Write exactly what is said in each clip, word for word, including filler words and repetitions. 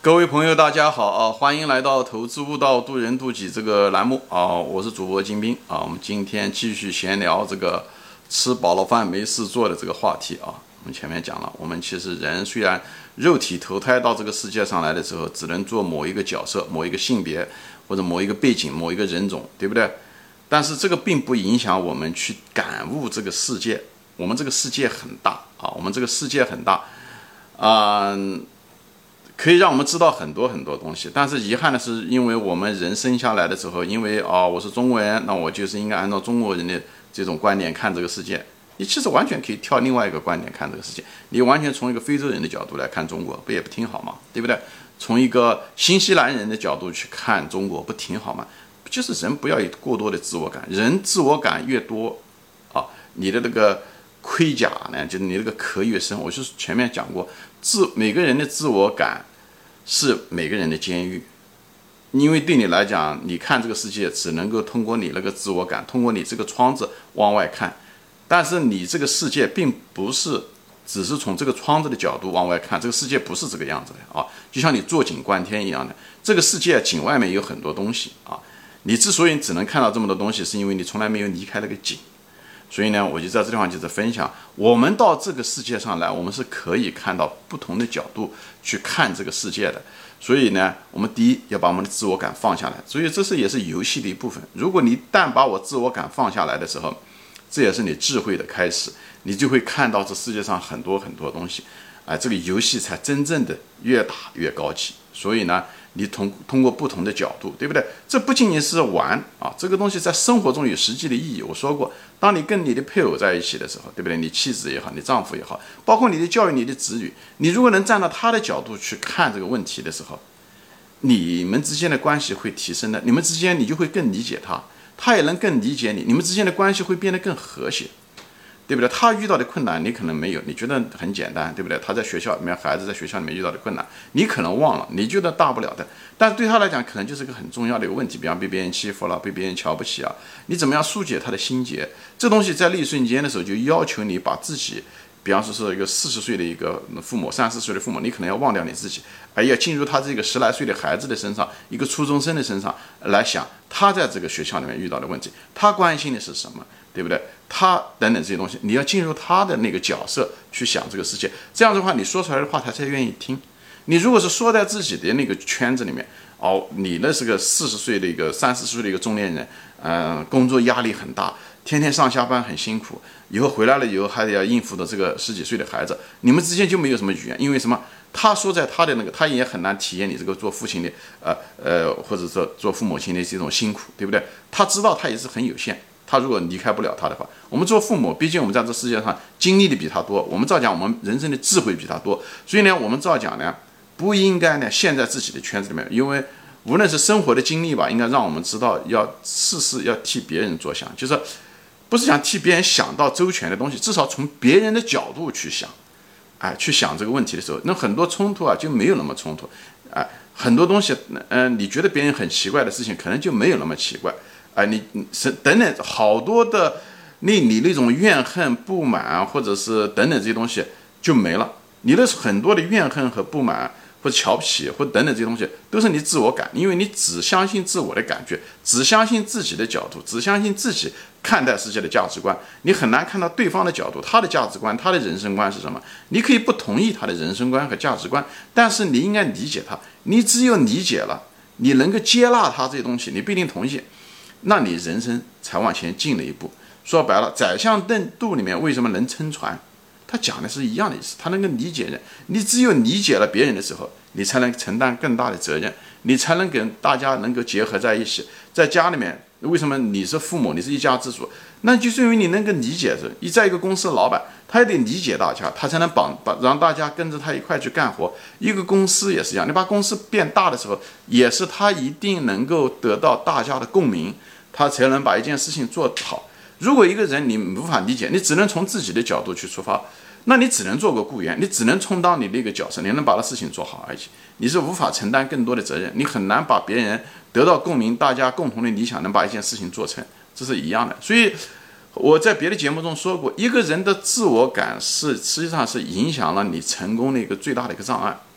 各位朋友，大家好啊！欢迎来到投资悟道渡人渡己这个栏目啊！我是主播金兵啊！我们今天继续闲聊这个吃饱了饭没事做的这个话题啊！我们前面讲了，我们其实人虽然肉体投胎到这个世界上来的时候，只能做某一个角色、某一个性别或者某一个背景、某一个人种，对不对？但是这个并不影响我们去感悟这个世界。我们这个世界很大啊！我们这个世界很大啊！嗯可以让我们知道很多很多东西，但是遗憾的是，因为我们人生下来的时候，因为啊、哦、我是中国人，那我就是应该按照中国人的这种观点看这个世界。你其实完全可以跳另外一个观点看这个世界，你完全从一个非洲人的角度来看中国，不也不挺好吗？对不对？从一个新西兰人的角度去看中国，不挺好吗？就是人不要有过多的自我感，人自我感越多啊，你的那个盔甲呢，就是你那个壳越深。我就是前面讲过，自每个人的自我感是每个人的监狱，因为对你来讲，你看这个世界只能够通过你那个自我感，通过你这个窗子往外看，但是你这个世界并不是只是从这个窗子的角度往外看，这个世界不是这个样子的啊，就像你坐井观天一样的，这个世界井外面有很多东西啊，你之所以只能看到这么多东西，是因为你从来没有离开那个井。所以呢，我就在这地方就是分享，我们到这个世界上来，我们是可以看到不同的角度去看这个世界的。所以呢，我们第一要把我们的自我感放下来，所以这是也是游戏的一部分。如果你一旦把我自我感放下来的时候，这也是你智慧的开始，你就会看到这世界上很多很多东西，哎，这个游戏才真正的越打越高级。所以呢，你通通过不同的角度，对不对？这不仅仅是玩啊，这个东西在生活中有实际的意义。我说过，当你跟你的配偶在一起的时候，对不对？你妻子也好，你丈夫也好，包括你的教育你的子女，你如果能站到他的角度去看这个问题的时候，你们之间的关系会提升的，你们之间你就会更理解他，他也能更理解你，你们之间的关系会变得更和谐。对不对？他遇到的困难你可能没有，你觉得很简单，对不对？他在学校里面，孩子在学校里面遇到的困难，你可能忘了，你觉得大不了的，但是对他来讲，可能就是个很重要的一个问题，比方被别人欺负了，被别人瞧不起啊，你怎么样疏解他的心结？这东西在那一瞬间的时候，就要求你把自己，比方说是一个四十岁的一个父母，三十岁的父母，你可能要忘掉你自己，而要进入他这个十来岁的孩子的身上，一个初中生的身上来想，他在这个学校里面遇到的问题，他关心的是什么？对不对？他等等这些东西，你要进入他的那个角色去想这个世界，这样的话，你说出来的话他才愿意听。你如果是说在自己的那个圈子里面，哦，你那是个四十岁的一个、三四十岁的一个中年人，嗯、呃，工作压力很大，天天上下班很辛苦，以后回来了以后还得要应付的这个十几岁的孩子，你们之间就没有什么语言，因为什么？他说在他的那个，他也很难体验你这个做父亲的，呃呃，或者说做父母亲的这种辛苦，对不对？他知道他也是很有限。他如果离开不了他的话，我们做父母，毕竟我们在这世界上经历的比他多，我们照讲我们人生的智慧比他多，所以呢，我们照讲呢，不应该呢陷在自己的圈子里面，因为无论是生活的经历吧，应该让我们知道要事事要替别人着想，就是不是想替别人想到周全的东西，至少从别人的角度去想，哎，去想这个问题的时候，那很多冲突啊就没有那么冲突，哎，很多东西，嗯、呃，你觉得别人很奇怪的事情，可能就没有那么奇怪。哎，你是等等好多的，那你那种怨恨、不满，或者是等等这些东西就没了。你的很多的怨恨和不满，或者瞧不起，或等等这些东西，都是你自我感，因为你只相信自我的感觉，只相信自己的角度，只相信自己看待世界的价值观，你很难看到对方的角度，他的价值观，他的人生观是什么？你可以不同意他的人生观和价值观，但是你应该理解他。你只有理解了，你能够接纳他这些东西，你不一定同意。那你人生才往前进了一步。说白了，宰相邓度里面为什么能撑船？他讲的是一样的意思，他能够理解人。你只有理解了别人的时候，你才能承担更大的责任，你才能跟大家能够结合在一起。在家里面，为什么你是父母，你是一家之主？那就是因为你能够理解人。你在一个公司老板，他也得理解大家，他才能绑把让大家跟着他一块去干活。一个公司也是一样，你把公司变大的时候，也是他一定能够得到大家的共鸣，他才能把一件事情做好。如果一个人你无法理解，你只能从自己的角度去出发，那你只能做个雇员，你只能充当你那个角色，你能把他事情做好而已。你是无法承担更多的责任，你很难把别人得到共鸣，大家共同的理想能把一件事情做成，这是一样的。所以我在别的节目中说过，一个人的自我感是实际上是影响了你成功的一个最大的一个障碍。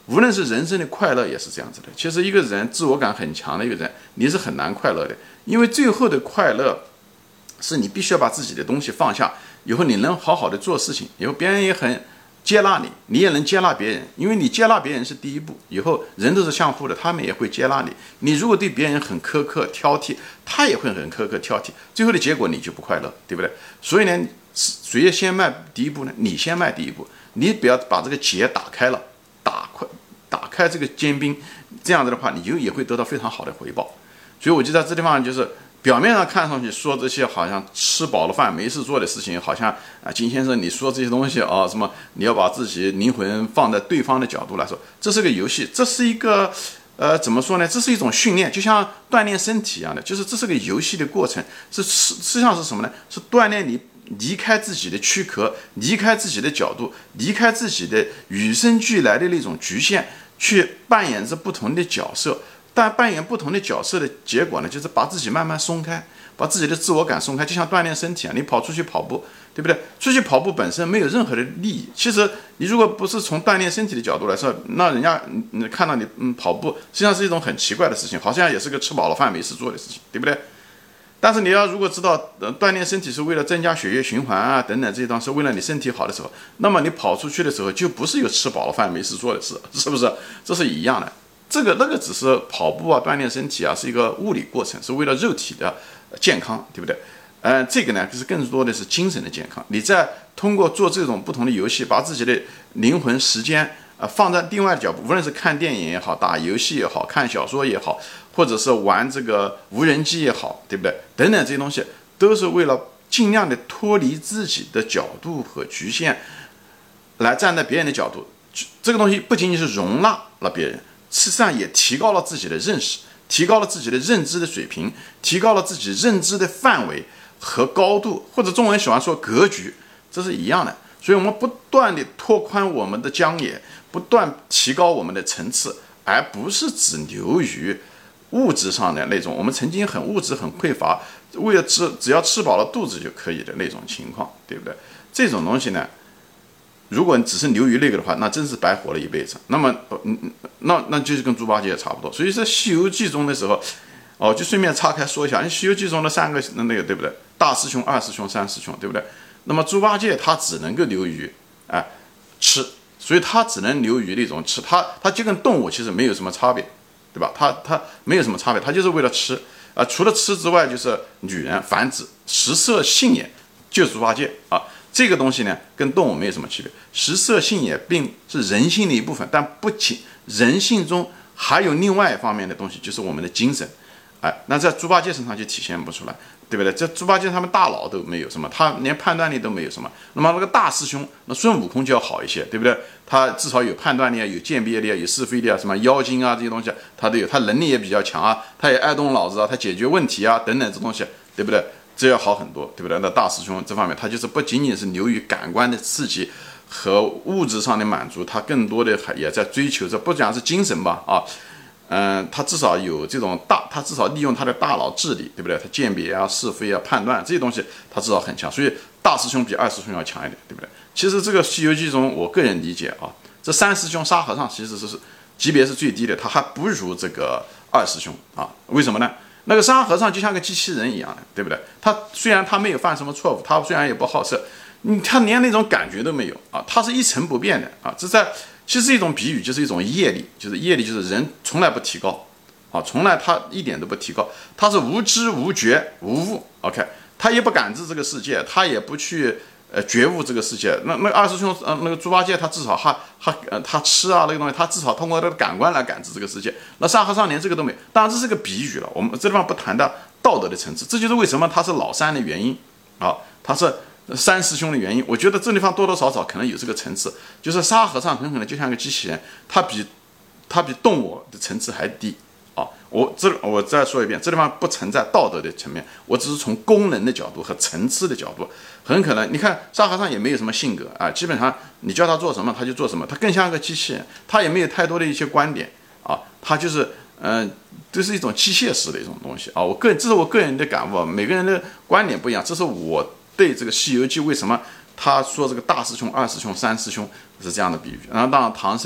无论是人生的快乐也是这样子的。其实一个人自我感很强的一个人，你是很难快乐的，因为最后的快乐是你必须要把自己的东西放下，以后你能好好的做事情，以后别人也很接纳你，你也能接纳别人，因为你接纳别人是第一步，以后人都是相互的，他们也会接纳你。你如果对别人很苛刻挑剔，他也会很苛刻挑剔，最后的结果你就不快乐，对不对？所以呢，谁先迈第一步呢？你先迈第一步，你不要把这个结打开了，打开打开这个坚冰，这样子的话，你就也会得到非常好的回报。所以我就在这地方就是。表面上看上去说这些好像吃饱了饭没事做的事情，好像啊，金先生你说这些东西啊，什么你要把自己灵魂放在对方的角度来说，这是个游戏，这是一个呃怎么说呢？这是一种训练，就像锻炼身体一样的，就是这是个游戏的过程。这实实际上是什么呢？是锻炼你离开自己的躯壳，离开自己的角度，离开自己的与生俱来的那种局限，去扮演着不同的角色。但扮演不同的角色的结果呢，就是把自己慢慢松开，把自己的自我感松开，就像锻炼身体啊。你跑出去跑步，对不对？出去跑步本身没有任何的利益。其实你如果不是从锻炼身体的角度来说，那人家你看到你嗯跑步，实际上是一种很奇怪的事情，好像也是个吃饱了饭没事做的事情，对不对？但是你要如果知道，呃，锻炼身体是为了增加血液循环啊，等等这些东西，是为了你身体好的时候，那么你跑出去的时候，就不是有吃饱了饭没事做的事，是不是？这是一样的。这个那个只是跑步啊，锻炼身体啊，是一个物理过程，是为了肉体的健康，对不对？呃，这个呢，就是更多的是精神的健康。你在通过做这种不同的游戏，把自己的灵魂、时间啊、呃、放在另外的角度，无论是看电影也好，打游戏也好，看小说也好，或者是玩这个无人机也好，对不对？等等这些东西，都是为了尽量的脱离自己的角度和局限，来站在别人的角度。这个东西不仅仅是容纳了别人。事实上也提高了自己的认识，提高了自己的认知的水平，提高了自己认知的范围和高度，或者中文喜欢说格局，这是一样的。所以我们不断地拓宽我们的疆野，不断提高我们的层次，而不是只流于物质上的那种我们曾经很物质很匮乏，为了吃只要吃饱了肚子就可以的那种情况，对不对？这种东西呢，如果你只是流于那个的话，那真是白活了一辈子。那么，嗯，那那就是跟猪八戒差不多。所以在《西游记》中的时候，哦，就顺便岔开说一下，因为《西游记》中的三个那个对不对？大师兄、二师兄、三师兄，对不对？那么猪八戒他只能够流于啊、呃、吃，所以他只能流于那种吃，他他就跟动物其实没有什么差别，对吧？他他没有什么差别，他就是为了吃啊、呃。除了吃之外，就是女人繁殖、食色性也，就是猪八戒啊。这个东西呢，跟动物没有什么区别。食色性也并是人性的一部分，但不仅人性中还有另外一方面的东西，就是我们的精神。哎，那在猪八戒身上就体现不出来，对不对？这猪八戒他们大脑都没有什么，他连判断力都没有什么。那么那个大师兄，那孙悟空就要好一些，对不对？他至少有判断力啊，有鉴别力啊，有是非力啊，什么妖精啊这些东西，他都有，他能力也比较强啊，他也爱动脑子啊，他解决问题啊等等这东西，对不对？这要好很多，对不对？那大师兄这方面，他就是不仅仅是流于感官的刺激和物质上的满足，他更多的也在追求这不讲是精神吧，啊，嗯，他至少有这种大，他至少利用他的大脑智力，对不对？他鉴别啊、是非啊、判断这些东西，他至少很强，所以大师兄比二师兄要强一点，对不对？其实这个《西游记》中，我个人理解啊，这三师兄沙和尚其实是级别是最低的，他还不如这个二师兄啊，为什么呢？那个沙和尚就像个机器人一样的，对不对？他虽然他没有犯什么错误，他虽然也不好色，你他连那种感觉都没有啊，他是一成不变的啊。这在其实是一种比喻，就是一种业力，就是业力就是人从来不提高啊，从来他一点都不提高，他是无知无觉无悟 ，OK， 他也不感知这个世界，他也不去呃觉悟这个世界。那那个二师兄呃那个猪八戒他至少他他呃他吃啊那个东西，他至少通过他的感官来感知这个世界。那沙和尚连这个都没有，当然这是个比喻了，我们这地方不谈到道德的层次，这就是为什么他是老三的原因啊，他是三师兄的原因。我觉得这地方多多少少可能有这个层次，就是沙和尚很可能就像个机器人，他比他比动物的层次还低。啊，我这我再说一遍，这地方不存在道德的层面，我只是从功能的角度和层次的角度，很可能你看沙和尚也没有什么性格啊，基本上你叫他做什么他就做什么，他更像个机器人，他也没有太多的一些观点啊，他就是嗯、呃，这是一种机械式的一种东西啊。我个人这是我个人的感悟，每个人的观点不一样，这是我对这个《西游记》为什么他说这个大师兄、二师兄、三师兄是这样的比喻。然后当然唐僧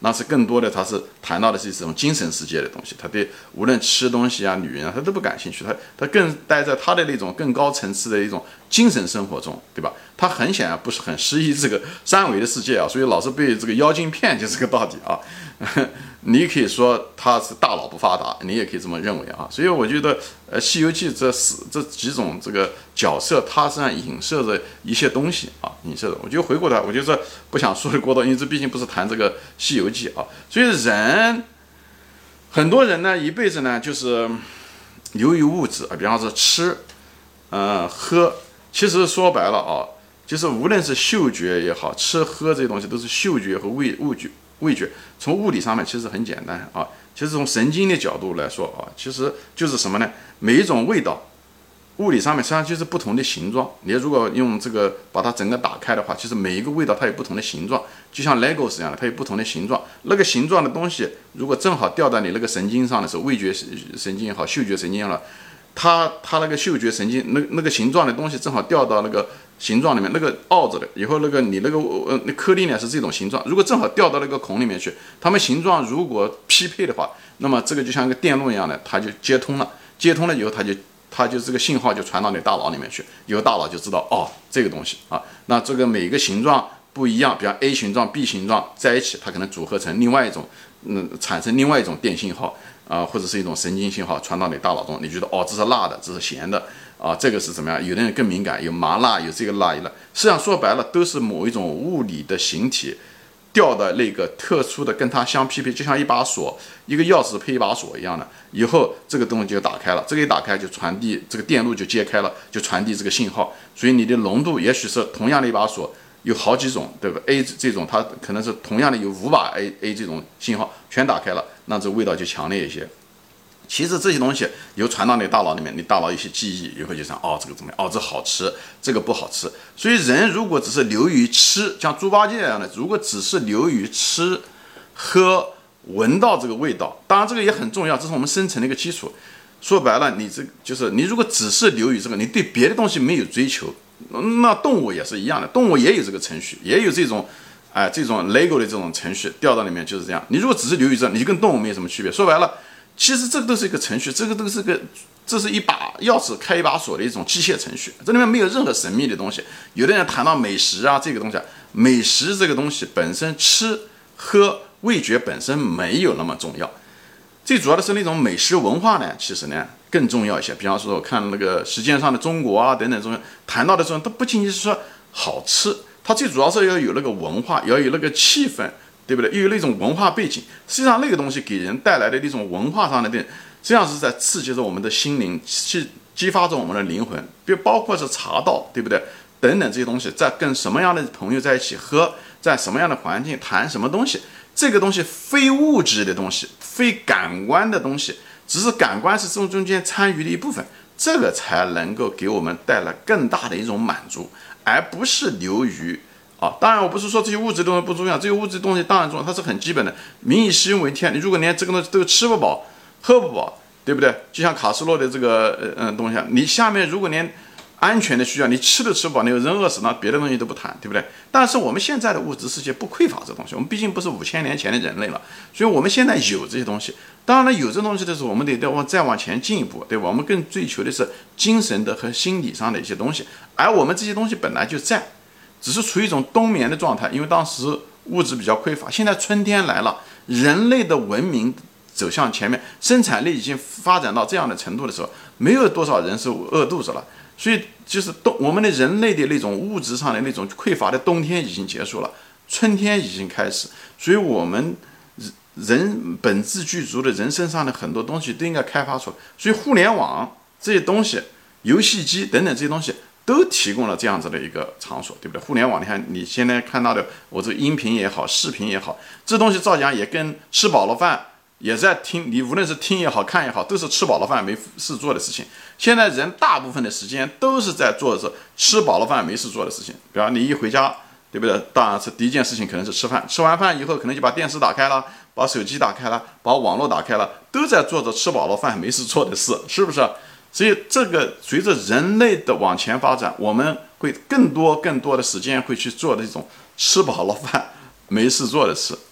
那是更多的，他是谈到的是这种精神世界的东西。他对无论吃东西啊、女人啊，他都不感兴趣。他他更待在他的那种更高层次的一种精神生活中，对吧？他很显然不是很适宜这个三维的世界啊，所以老是被这个妖精骗，就这个道理啊。你可以说他是大脑不发达，你也可以这么认为啊。所以我觉得，呃，《西游记》这四这几种这个角色，它实际上影射着一些东西啊，影射的。我就回过头来，我就说不想说的过多，因为这毕竟不是谈这个《西游记》啊。所以人，很多人呢，一辈子呢，就是流于物质啊，比方说吃，呃，喝，其实说白了啊，就是无论是嗅觉也好，吃喝这些东西都是嗅觉和味味觉。味觉从物理上面其实很简单啊，其实从神经的角度来说啊，其实就是什么呢？每一种味道，物理上面实际上就是不同的形状。你如果用这个把它整个打开的话，其实每一个味道它有不同的形状，就像 Legos 一样的，它有不同的形状。那个形状的东西，如果正好掉在你那个神经上的时候，味觉神经也好，嗅觉神经也好，它它那个嗅觉神经那那个形状的东西正好掉到那个形状里面，那个凹着的，以后那个你那个呃那颗粒呢是这种形状，如果正好掉到那个孔里面去，它们形状如果匹配的话，那么这个就像一个电路一样的，它就接通了，接通了以后，它就它就这个信号就传到你大脑里面去，以后大脑就知道哦这个东西啊，那这个每个形状不一样，比方 A 形状、B 形状在一起，它可能组合成另外一种，嗯，产生另外一种电信号啊、呃，或者是一种神经信号传到你大脑中，你觉得哦这是辣的，这是咸的。啊，这个是怎么样？有的人更敏感，有麻辣，有这个辣一辣。实际上说白了，都是某一种物理的形体掉到那个特殊的跟它相匹配，就像一把锁，一个钥匙配一把锁一样的。以后这个东西就打开了，这个一打开就传递，这个电路就揭开了，就传递这个信号。所以你的浓度也许是同样的一把锁，有好几种，对吧 ？A 这种它可能是同样的有五把 A A 这种信号全打开了，那这味道就强烈一些。其实这些东西以后传到你大脑里面，你大脑有些记忆，以后就想哦这个怎么样？哦这好吃，这个不好吃。所以人如果只是流于吃，像猪八戒一样的，如果只是流于吃、喝、闻到这个味道，当然这个也很重要，这是我们生存的一个基础。说白了，你这就是你如果只是流于这个，你对别的东西没有追求，那动物也是一样的，动物也有这个程序，也有这种。哎，这种 Lego 的这种程序掉到里面就是这样。你如果只是流于这，你就跟动物没有什么区别。说白了。其实这个都是一个程序，这个都是个，这是一把钥匙开一把锁的一种机械程序，这里面没有任何神秘的东西。有的人谈到美食啊，这个东西，美食这个东西本身吃喝味觉本身没有那么重要，最主要的是那种美食文化呢，其实呢更重要一些。比方说，我看那个《舌尖上的中国》啊等等中谈到的时候，它不仅仅是说好吃，它最主要是要有那个文化，要有那个气氛。对不对？又有那种文化背景，实际上那个东西给人带来的那种文化上的，实际上是在刺激着我们的心灵，去激发着我们的灵魂。比如包括是茶道，对不对？等等这些东西，在跟什么样的朋友在一起喝，在什么样的环境谈什么东西，这个东西非物质的东西，非感官的东西，只是感官是这中间参与的一部分，这个才能够给我们带来更大的一种满足，而不是流于。啊，当然我不是说这些物质东西不重要，这些物质东西当然重要，它是很基本的。民以食为天，你如果连这个东西都吃不饱、喝不饱，对不对？就像卡斯洛的这个呃嗯东西，你下面如果连安全的需要，你吃都吃不饱，你人饿死，那别的东西都不谈，对不对？但是我们现在的物质世界不匮乏这东西，我们毕竟不是五千年前的人类了，所以我们现在有这些东西。当然了，有这东西的时候，我们得再往再往前进一步，对吧？我们更追求的是精神的和心理上的一些东西，而我们这些东西本来就在。只是处于一种冬眠的状态，因为当时物质比较匮乏。现在春天来了，人类的文明走向前面，生产力已经发展到这样的程度的时候，没有多少人是饿肚子了。所以就是冬，我们的人类的那种物质上的那种匮乏的冬天已经结束了，春天已经开始。所以我们人本自具足的人身上的很多东西都应该开发出来。所以互联网这些东西，游戏机等等这些东西。都提供了这样子的一个场所，对不对？互联网，你看你现在看到的，我这个音频也好，视频也好，这东西照讲也跟吃饱了饭也在听，你无论是听也好看也好，都是吃饱了饭没事做的事情。现在人大部分的时间都是在做的是吃饱了饭没事做的事情。比方你一回家，对不对？当然是第一件事情可能是吃饭，吃完饭以后可能就把电视打开了，把手机打开了，把网络打开了，都在做着吃饱了饭没事做的事，是不是？所以这个随着人类的往前发展，我们会更多更多的时间会去做这种吃饱了饭没事做的事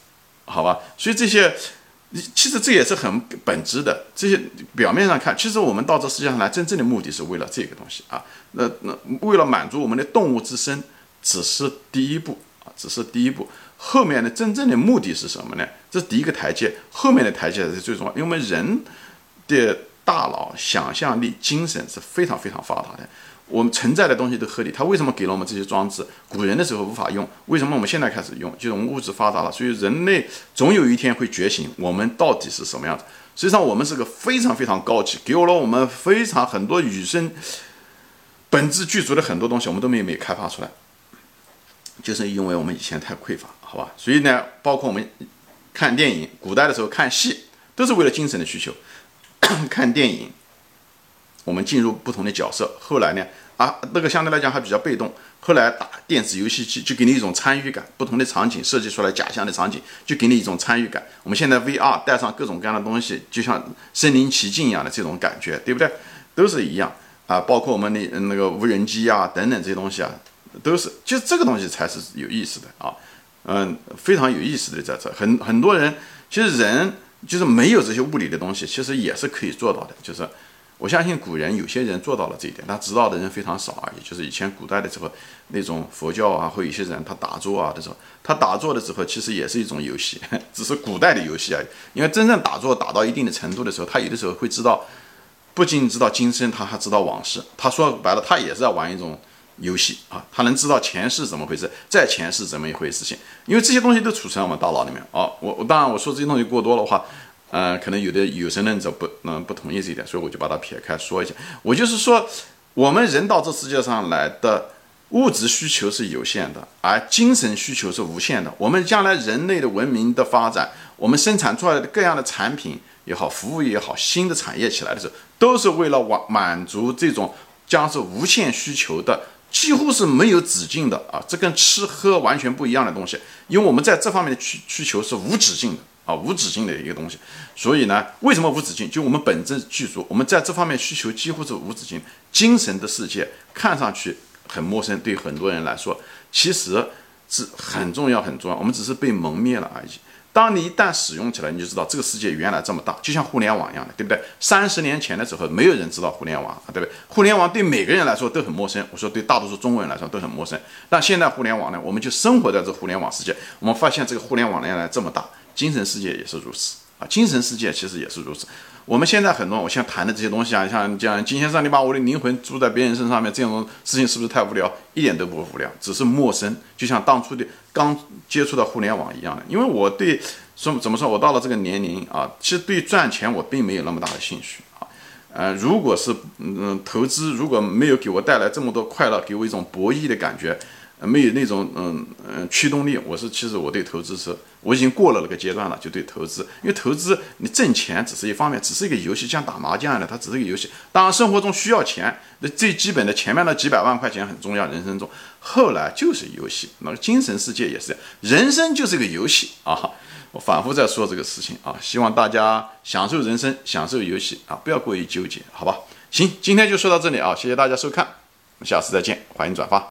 好吧？所以这些其实这也是很本质的。这些表面上看，其实我们到这世界上来，真正的目的是为了这个东西啊。那那为了满足我们的动物之身，只是第一步啊，只是第一步。后面的真正的目的是什么呢？这是第一个台阶，后面的台阶才是最重要。因为我们人的大脑、想象力、精神是非常非常发达的。我们存在的东西都合理，它为什么给了我们这些装置？古人的时候无法用，为什么我们现在开始用？就是我们物质发达了，所以人类总有一天会觉醒，我们到底是什么样子？实际上，我们是个非常非常高级，给了我们非常很多与生本质具足的很多东西，我们都没有没有开发出来，就是因为我们以前太匮乏，好吧？所以呢，包括我们看电影，古代的时候看戏，都是为了精神的需求，看电影。我们进入不同的角色，后来呢，啊，那个相对来讲还比较被动。后来打电子游戏机就给你一种参与感，不同的场景设计出来假象的场景，就给你一种参与感。我们现在 V R 带上各种各样的东西，就像身临其境一样的这种感觉，对不对？都是一样啊，包括我们的那个无人机啊等等这些东西啊，都是，就这个东西才是有意思的啊，嗯，非常有意思的在这。很很多人其实人就是没有这些物理的东西，其实也是可以做到的，就是。我相信古人有些人做到了这一点，但知道的人非常少而已。就是以前古代的时候，那种佛教啊，或有些人他打坐啊的时候，他打坐的时候其实也是一种游戏，只是古代的游戏而已。因为真正打坐打到一定的程度的时候，他有的时候会知道，不仅知道今生，他还知道往事。他说白了，他也是在玩一种游戏啊，他能知道前世怎么回事，再前世怎么一回事情。因为这些东西都储存在我们大脑里面啊。我我当然我说这些东西过多的话。呃，可能有的有神论者不嗯、呃、不同意这一点，所以我就把它撇开说一下。我就是说，我们人到这世界上来的物质需求是有限的，而精神需求是无限的。我们将来人类的文明的发展，我们生产出来的各样的产品也好，服务也好，新的产业起来的时候，都是为了满满足这种将是无限需求的，几乎是没有止境的啊！这跟吃喝完全不一样的东西，因为我们在这方面的需需求是无止境的。啊，无止境的一个东西，所以呢，为什么无止境？就我们本质具足，我们在这方面需求几乎是无止境。精神的世界看上去很陌生，对很多人来说，其实是很重要很重要。我们只是被蒙灭了而已。当你一旦使用起来，你就知道这个世界原来这么大，就像互联网一样的，对不对？三十年前的时候，没有人知道互联网，对不对？互联网对每个人来说都很陌生，我说对大多数中国人来说都很陌生。但现在互联网呢，我们就生活在这互联网世界，我们发现这个互联网原来这么大。精神世界也是如此啊，精神世界其实也是如此。我们现在很多我现在谈的这些东西啊，像讲金先生，你把我的灵魂住在别人身上面，这种事情是不是太无聊？一点都不无聊，只是陌生，就像当初的刚接触到互联网一样的。因为我对说怎么说，我到了这个年龄啊，其实对赚钱我并没有那么大的兴趣啊。呃，如果是嗯投资，如果没有给我带来这么多快乐，给我一种博弈的感觉。没有那种嗯嗯驱动力，我是其实我对投资是，我已经过了那个阶段了，就对投资，因为投资你挣钱只是一方面，只是一个游戏，像打麻将一样的，它只是一个游戏。当然生活中需要钱，那最基本的前面的几百万块钱很重要，人生中，后来就是游戏，那个精神世界也是，人生就是个游戏啊。我反复在说这个事情啊，希望大家享受人生，享受游戏啊，不要过于纠结，好吧？行，今天就说到这里啊，谢谢大家收看，下次再见，欢迎转发。